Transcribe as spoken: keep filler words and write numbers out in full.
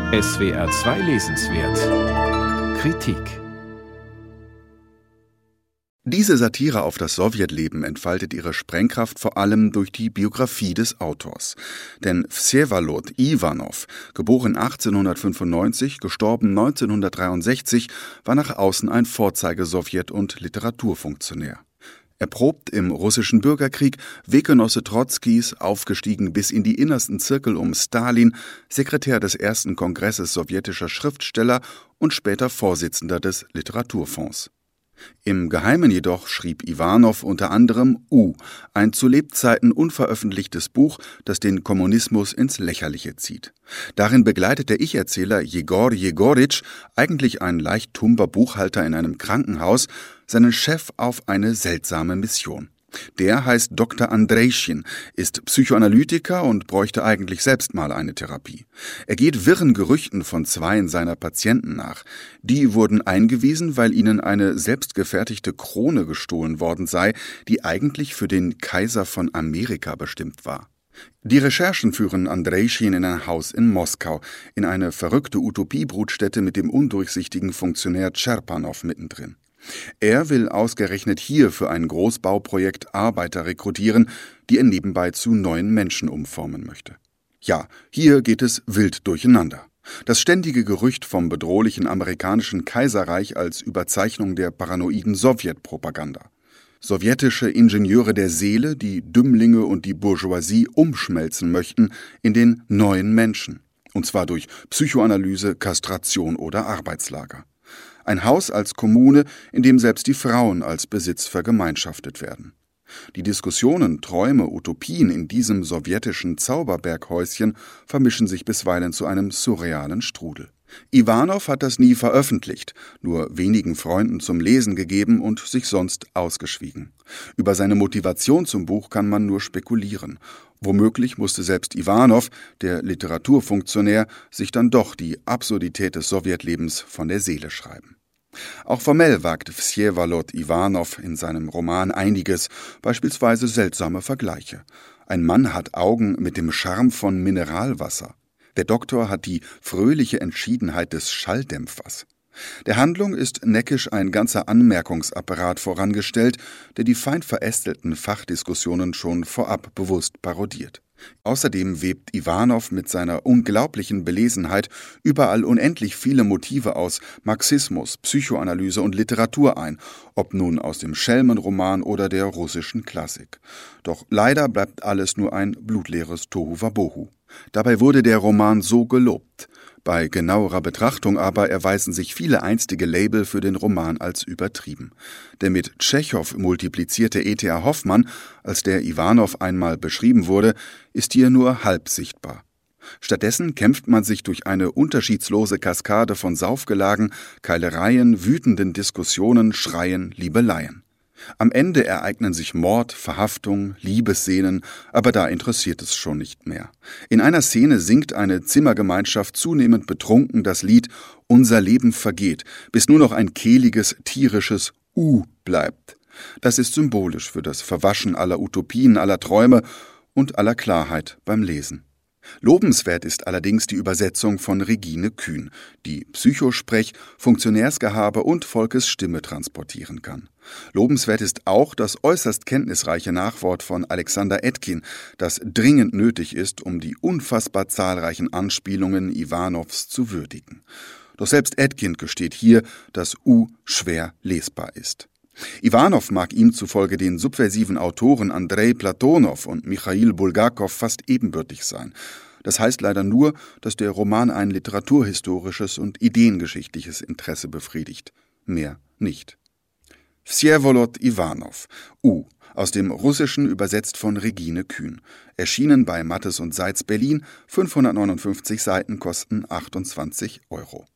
S W R zwei Lesenswert Kritik. Diese Satire auf das Sowjetleben entfaltet ihre Sprengkraft vor allem durch die Biografie des Autors. Denn Wsewolod Iwanow, geboren achtzehnhundertfünfundneunzig, gestorben neunzehnhundertdreiundsechzig, war nach außen ein Vorzeige-Sowjet- und Literaturfunktionär. Erprobt im russischen Bürgerkrieg, Weggenosse Trotzkis, aufgestiegen bis in die innersten Zirkel um Stalin, Sekretär des ersten Kongresses sowjetischer Schriftsteller und später Vorsitzender des Literaturfonds. Im Geheimen jedoch schrieb Iwanow unter anderem U, ein zu Lebzeiten unveröffentlichtes Buch, das den Kommunismus ins Lächerliche zieht. Darin begleitet der Ich-Erzähler Jegor Jegoritsch, eigentlich ein leicht tumber Buchhalter in einem Krankenhaus, seinen Chef auf eine seltsame Mission. Der heißt Doktor Andrejschin, ist Psychoanalytiker und bräuchte eigentlich selbst mal eine Therapie. Er geht wirren Gerüchten von zweien seiner Patienten nach. Die wurden eingewiesen, weil ihnen eine selbstgefertigte Krone gestohlen worden sei, die eigentlich für den Kaiser von Amerika bestimmt war. Die Recherchen führen Andrejschin in ein Haus in Moskau, in eine verrückte Utopiebrutstätte mit dem undurchsichtigen Funktionär Tscherpanow mittendrin. Er will ausgerechnet hier für ein Großbauprojekt Arbeiter rekrutieren, die er nebenbei zu neuen Menschen umformen möchte. Ja, hier geht es wild durcheinander. Das ständige Gerücht vom bedrohlichen amerikanischen Kaiserreich als Überzeichnung der paranoiden Sowjetpropaganda. Sowjetische Ingenieure der Seele, die Dümmlinge und die Bourgeoisie umschmelzen möchten in den neuen Menschen. Und zwar durch Psychoanalyse, Kastration oder Arbeitslager. Ein Haus als Kommune, in dem selbst die Frauen als Besitz vergemeinschaftet werden. Die Diskussionen, Träume, Utopien in diesem sowjetischen Zauberberghäuschen vermischen sich bisweilen zu einem surrealen Strudel. Iwanow hat das nie veröffentlicht, nur wenigen Freunden zum Lesen gegeben und sich sonst ausgeschwiegen. Über seine Motivation zum Buch kann man nur spekulieren. Womöglich musste selbst Iwanow, der Literaturfunktionär, sich dann doch die Absurdität des Sowjetlebens von der Seele schreiben. Auch formell wagt Wsewolod Iwanow in seinem Roman einiges, beispielsweise seltsame Vergleiche. Ein Mann hat Augen mit dem Charme von Mineralwasser. Der Doktor hat die fröhliche Entschiedenheit des Schalldämpfers. Der Handlung ist neckisch ein ganzer Anmerkungsapparat vorangestellt, der die fein verästelten Fachdiskussionen schon vorab bewusst parodiert. Außerdem webt Iwanow mit seiner unglaublichen Belesenheit überall unendlich viele Motive aus Marxismus, Psychoanalyse und Literatur ein, ob nun aus dem Schelmenroman oder der russischen Klassik. Doch leider bleibt alles nur ein blutleeres Tohuwabohu. Dabei wurde der Roman so gelobt. Bei genauerer Betrachtung aber erweisen sich viele einstige Label für den Roman als übertrieben. Der mit Tschechow multiplizierte E T A Hoffmann, als der Iwanow einmal beschrieben wurde, ist hier nur halb sichtbar. Stattdessen kämpft man sich durch eine unterschiedslose Kaskade von Saufgelagen, Keilereien, wütenden Diskussionen, Schreien, Liebeleien. Am Ende ereignen sich Mord, Verhaftung, Liebeszenen, aber da interessiert es schon nicht mehr. In einer Szene singt eine Zimmergemeinschaft zunehmend betrunken das Lied »Unser Leben vergeht«, bis nur noch ein kehliges, tierisches »Uh« bleibt. Das ist symbolisch für das Verwaschen aller Utopien, aller Träume und aller Klarheit beim Lesen. Lobenswert ist allerdings die Übersetzung von Regine Kühn, die Psychosprech, Funktionärsgehabe und Volkes Stimme transportieren kann. Lobenswert ist auch das äußerst kenntnisreiche Nachwort von Alexander Etkin, das dringend nötig ist, um die unfassbar zahlreichen Anspielungen Iwanows zu würdigen. Doch selbst Etkin gesteht hier, dass U schwer lesbar ist. Iwanow mag ihm zufolge den subversiven Autoren Andrei Platonow und Michail Bulgakow fast ebenbürtig sein. Das heißt leider nur, dass der Roman ein literaturhistorisches und ideengeschichtliches Interesse befriedigt. Mehr nicht. Wsewolod Iwanow, U, aus dem Russischen übersetzt von Regine Kühn. Erschienen bei Mattes und Seitz Berlin, fünfhundertneunundfünfzig Seiten kosten achtundzwanzig Euro.